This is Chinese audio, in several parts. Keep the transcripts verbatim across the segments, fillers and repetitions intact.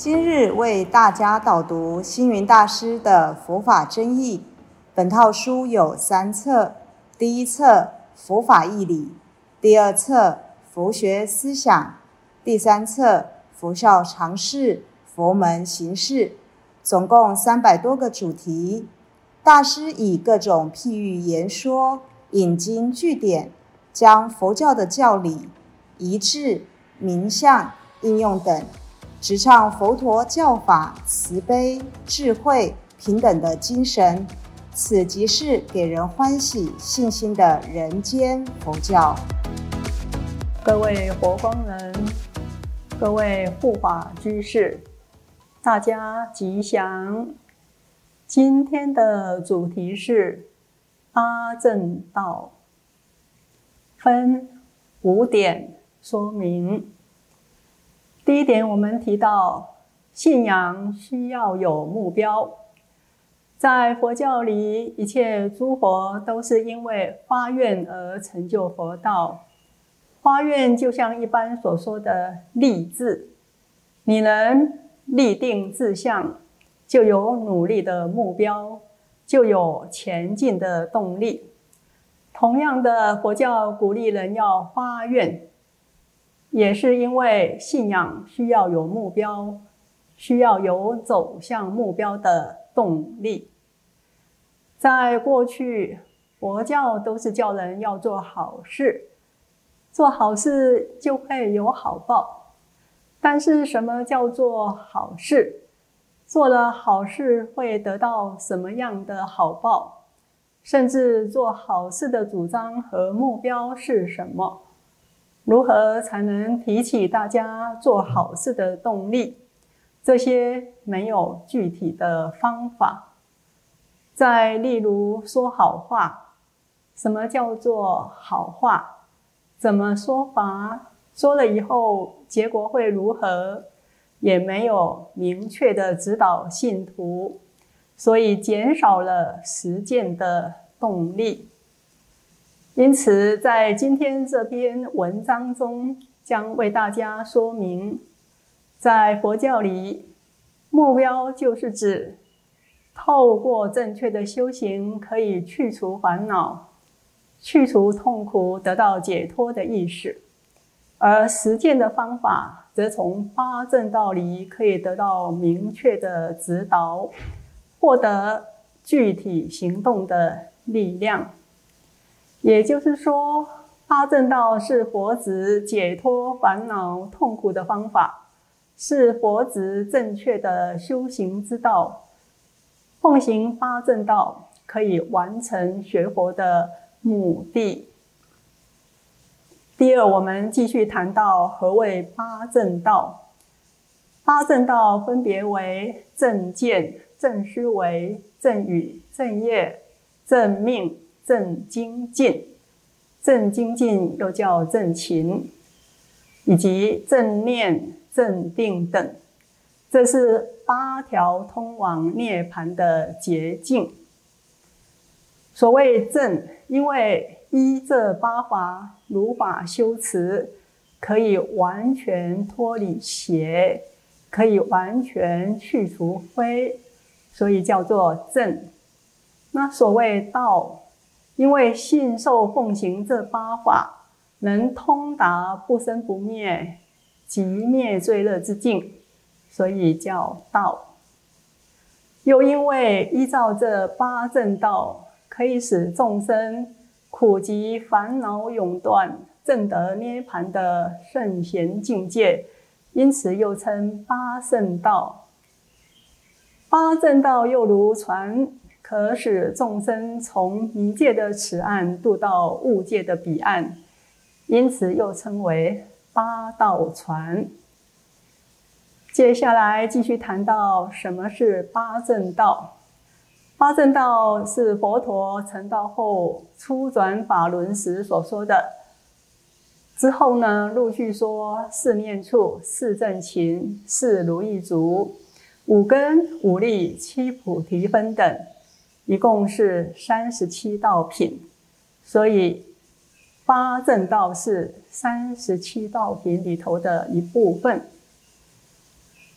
今日为大家导读星云大师的佛法真义。本套书有三册：第一册佛法义理，第二册佛学思想，第三册佛教常识、佛门行事，总共三百多个主题。大师以各种譬喻言说，引经据典，将佛教的教理、仪制、名相、应用等，直唱佛陀教法慈悲、智慧、平等的精神，此即是给人欢喜信心的人间佛教。 各位佛光人，各位护法居士，大家吉祥。今天的主题是八正道，分五点说明。第一点，我们提到信仰需要有目标。在佛教里，一切诸佛都是因为发愿而成就佛道。发愿就像一般所说的立志，你能立定志向，就有努力的目标，就有前进的动力。同样的，佛教鼓励人要发愿，也是因为信仰需要有目标，需要有走向目标的动力。在过去，佛教都是叫人要做好事，做好事就会有好报。但是什么叫做好事？做了好事会得到什么样的好报？甚至做好事的主张和目标是什么？如何才能提起大家做好事的动力？这些没有具体的方法。再例如说好话，什么叫做好话？怎么说法？说了以后结果会如何？也没有明确的指导信徒，所以减少了实践的动力。因此，在今天这篇文章中，将为大家说明，在佛教里，目标就是指透过正确的修行，可以去除烦恼、去除痛苦，得到解脱的意识。而实践的方法，则从八正道里可以得到明确的指导，获得具体行动的力量。也就是说，八正道是佛子解脱烦恼痛苦的方法，是佛子正确的修行之道。奉行八正道，可以完成学佛的目的。第二，我们继续谈到何谓八正道。八正道分别为正见、正思维、正语、正业、正命、正精进。正精进又叫正勤，以及正念、正定等。这是八条通往涅槃的捷径。所谓正，因为依这八法如法修持，可以完全脱离邪，可以完全去除非，所以叫做正。那所谓道，因为信受奉行这八法，能通达不生不灭、即灭最乐之境，所以叫道。又因为依照这八正道，可以使众生苦集烦恼永断，证得涅槃的圣贤境界，因此又称八圣道。八正道又如船，可使众生从迷界的此岸渡到悟界的彼岸，因此又称为八道船。接下来继续谈到什么是八正道。八正道是佛陀成道后初转法轮时所说的。之后呢，陆续说四念处、四正勤、四如意足、五根、五力、七菩提分等，一共是三十七道品。所以八正道是三十七道品里头的一部分。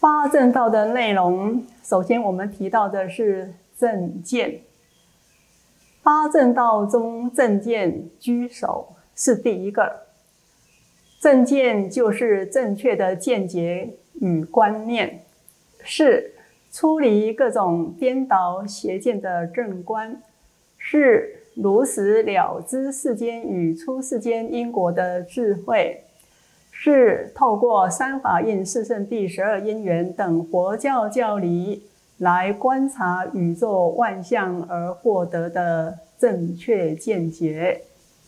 八正道的内容，首先我们提到的是正见。八正道中，正见居首，是第一个。正见就是正确的见解与观念，是出离各种颠倒邪见的正观，是如实了知世间与出世间因果的智慧，是透过三法印、四圣谛、十二因缘等佛教教理来观察宇宙万象而获得的正确见解。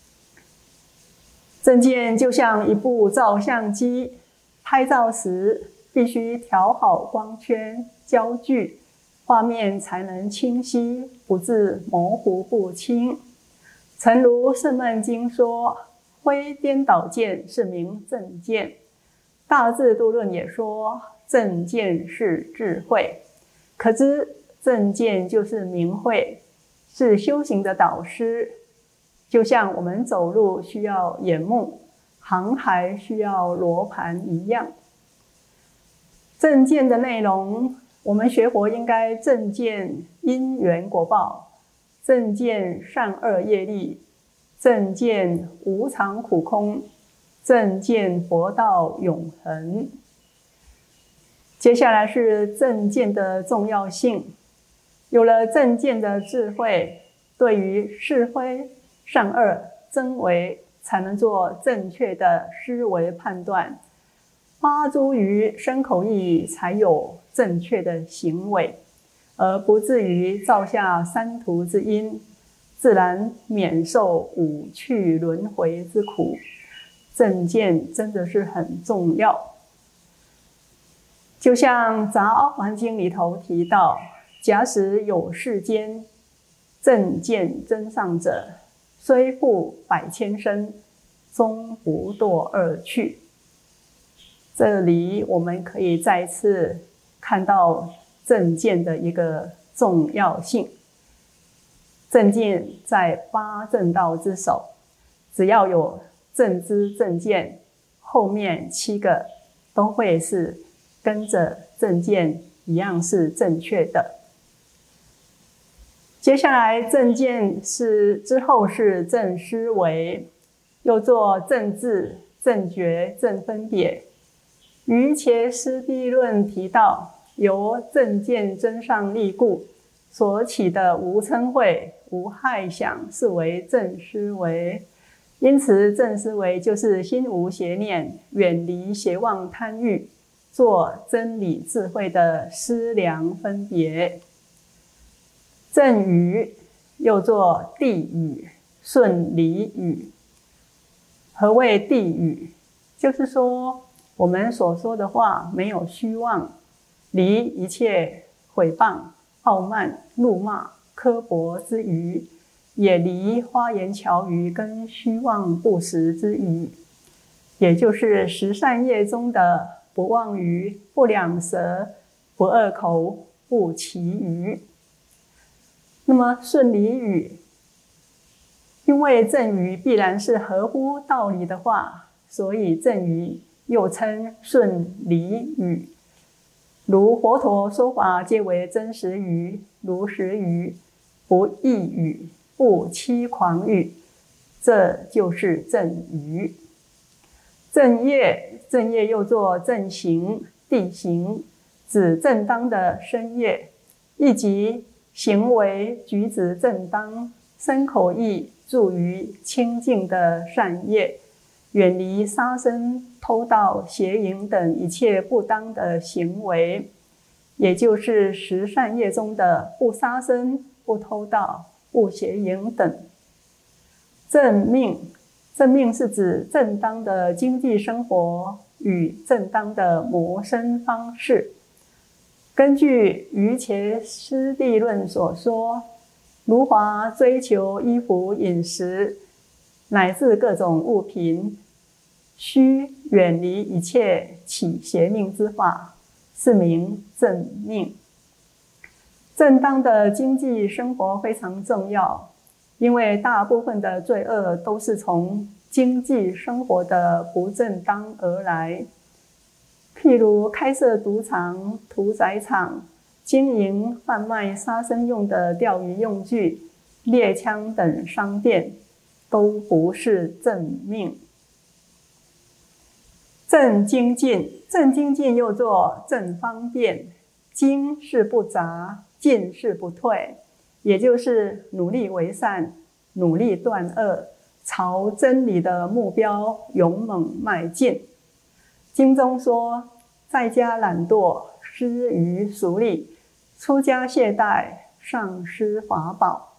正见就像一部照相机，拍照时必须调好光圈、焦距，画面才能清晰，不致模糊不清。诚如《圣曼经》说，灰颠倒见是名正见。大智度论也说，正见是智慧。可知正见就是明慧，是修行的导师。就像我们走路需要眼目，航海需要罗盘一样。正见的内容，我们学佛应该正见因缘果报，正见善恶业力，正见无常苦空，正见佛道永恒。接下来是正见的重要性。有了正见的智慧，对于是非善恶真伪才能做正确的思维判断，发诸于身口意才有正确的行为，而不至于造下三途之因，自然免受五趣轮回之苦。正见真的是很重要。就像《杂阿含经》里头提到，假使有世间正见真上者，虽复百千生，终不堕恶趣。这里我们可以再次看到正见的一个重要性。正见在八正道之首，只要有正知正见，后面七个都会是跟着正见一样是正确的。接下来正见是之后是正思维，又做正智、正觉、正分别。瑜伽师地论提到，由正见真上立故所起的无嗔恚、无害想，是为正思维。因此正思维就是心无邪念，远离邪妄贪欲，做真理智慧的思量分别。正语又作谛语、顺理语。何谓谛语？就是说我们所说的话没有虚妄，离一切毁谤、傲慢、怒骂、刻薄之语，也离花言巧语跟虚妄不实之语，也就是十善业中的不妄语、不两舌、不恶口、不绮语。那么顺理语，因为正语必然是合乎道理的话，所以正语又称顺理语。如佛陀说法皆为真实语、如实语、不异语、不欺诳语，这就是正语。正业，正业又作正行、谛行，指正当的身业，亦即行为举止正当，身口意助于清净的善业，远离杀生、偷盗、邪淫等一切不当的行为，也就是十善业中的不杀生、不偷盗、不邪淫等。正命，正命是指正当的经济生活与正当的谋生方式。根据瑜伽师地论所说，如华追求衣服、饮食，乃至各种物品，须远离一切起邪命之法，是名正命。正当的经济生活非常重要，因为大部分的罪恶都是从经济生活的不正当而来。 譬如开设赌场、屠宰场，经营贩卖杀生用的钓鱼用具、猎枪等商店，都不是正命。正精进，正精进又作正方便，精是不杂，进是不退，也就是努力为善，努力断恶，朝真理的目标勇猛迈进。经中说，在家懒惰，失于俗利；出家懈怠，丧失法宝。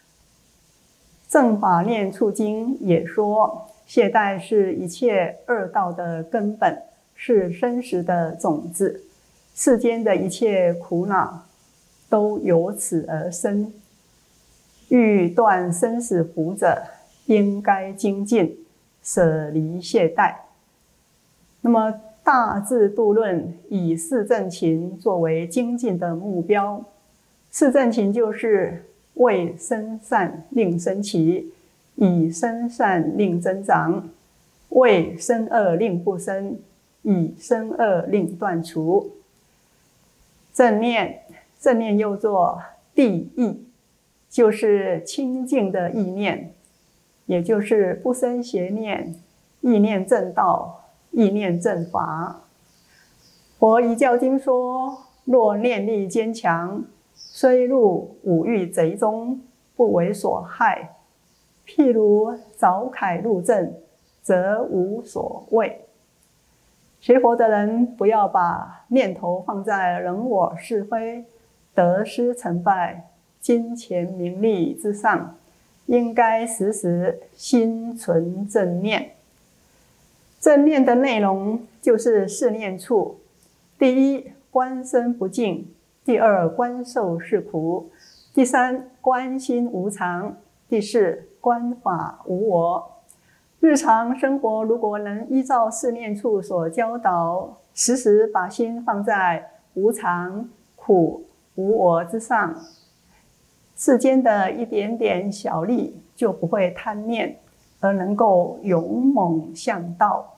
正法念处经也说，懈怠是一切恶道的根本，是生死的种子，世间的一切苦恼都由此而生。欲断生死苦者，应该精进，舍离懈怠。那么大智度论以四正勤作为精进的目标。四正勤就是为生善令生起，以生善令增长，为生恶令不生，以生恶令断除。正念，正念又作谛意，就是清净的意念，也就是不生邪念，意念正道，意念正法。佛遗教经说，若念力坚强，虽入五欲贼中，不为所害。譬如凿铠入阵，则无所谓。学佛的人不要把念头放在人我是非、得失成败、金钱名利之上，应该时时心存正念。正念的内容就是四念处：第一，观身不净；第二，观受是苦；第三，观心无常；第四，观法无我。日常生活如果能依照四念处所教导，时时把心放在无常、苦、无我之上，世间的一点点小利就不会贪念，而能够勇猛向道。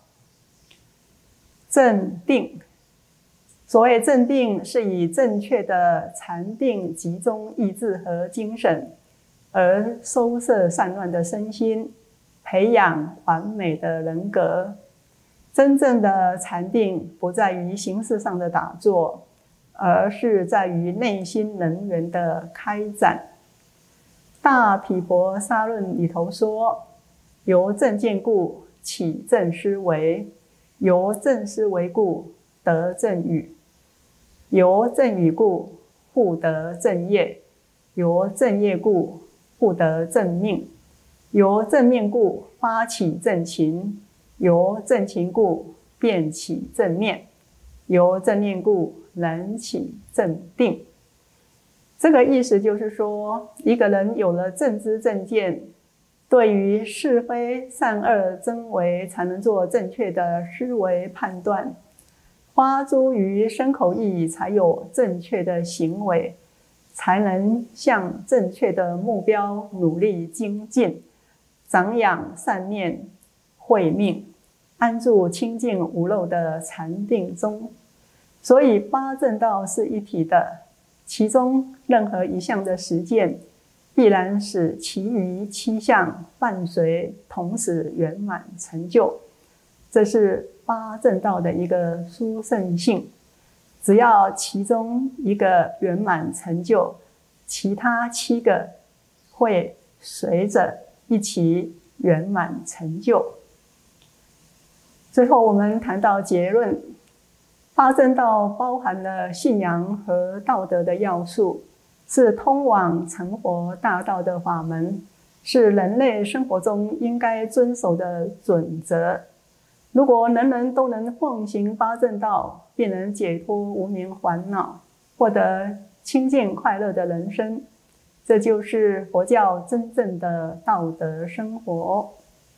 正定，所谓正定，是以正确的禅定集中意志和精神，而收摄散乱的身心，培养完美的人格。真正的禅定不在于形式上的打坐，而是在于内心能源的开展。大毗婆沙论里头说，由正见故起正思维，由正思维故得正语，由正语故复得正业，由正业故复得正命，由正命故发起正勤，由正勤故便起正念，由正念故能起正定。这个意思就是说，一个人有了正知正见，对于是非善恶真伪才能做正确的思维判断，发诸于身口意才有正确的行为，才能向正确的目标努力精进，长养善念，慧命，安住清净无漏的禅定中。所以八正道是一体的，其中任何一项的实践，必然使其余七项伴随，同时圆满成就。这是八正道的一个殊胜性。只要其中一个圆满成就，其他七个会随着一起圆满成就。最后我们谈到结论，八正道包含了信仰和道德的要素，是通往成佛大道的法门，是人类生活中应该遵守的准则。如果人人都能奉行八正道，便能解脱无明烦恼，获得清净快乐的人生。这就是佛教真正的道德生活。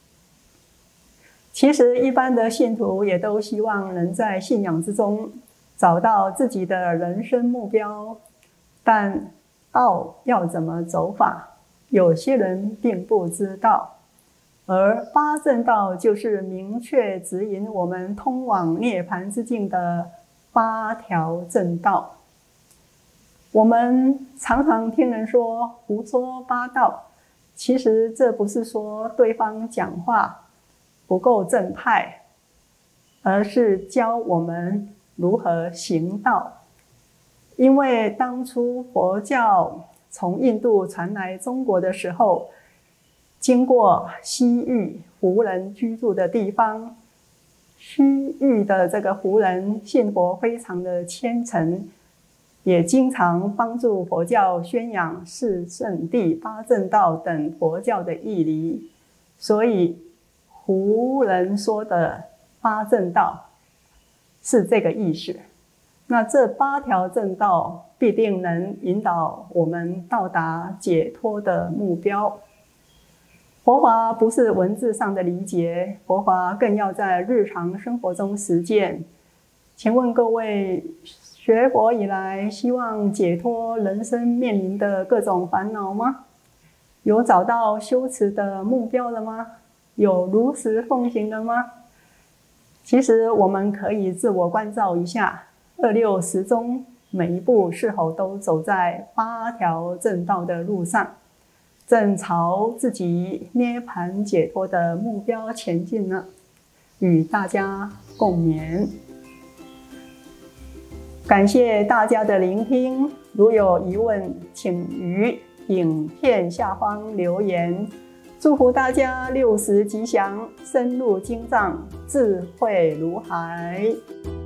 其实一般的信徒也都希望能在信仰之中找到自己的人生目标，但道要怎么走法，有些人并不知道。 而八正道就是明确指引我们通往涅槃之境的八条正道。我们常常听人说胡说八道，其实这不是说对方讲话不够正派，而是教我们如何行道。因为当初佛教从印度传来中国的时候，经过西域胡人居住的地方，西域的这个胡人信佛非常的虔诚，也经常帮助佛教宣扬四圣谛、八正道等佛教的义理，所以胡人说的八正道是这个意思。那这八条正道必定能引导我们到达解脱的目标。佛法不是文字上的理解，佛法更要在日常生活中实践。请问各位，学佛以来，希望解脱人生面临的各种烦恼吗？有找到修持的目标了吗？有如实奉行了吗？其实我们可以自我关照一下，二六时中每一步是否都走在八条正道的路上，正朝自己涅槃解脱的目标前进呢？与大家共勉。感谢大家的聆听，如有疑问，请于影片下方留言。祝福大家六时吉祥，深入经藏，智慧如海。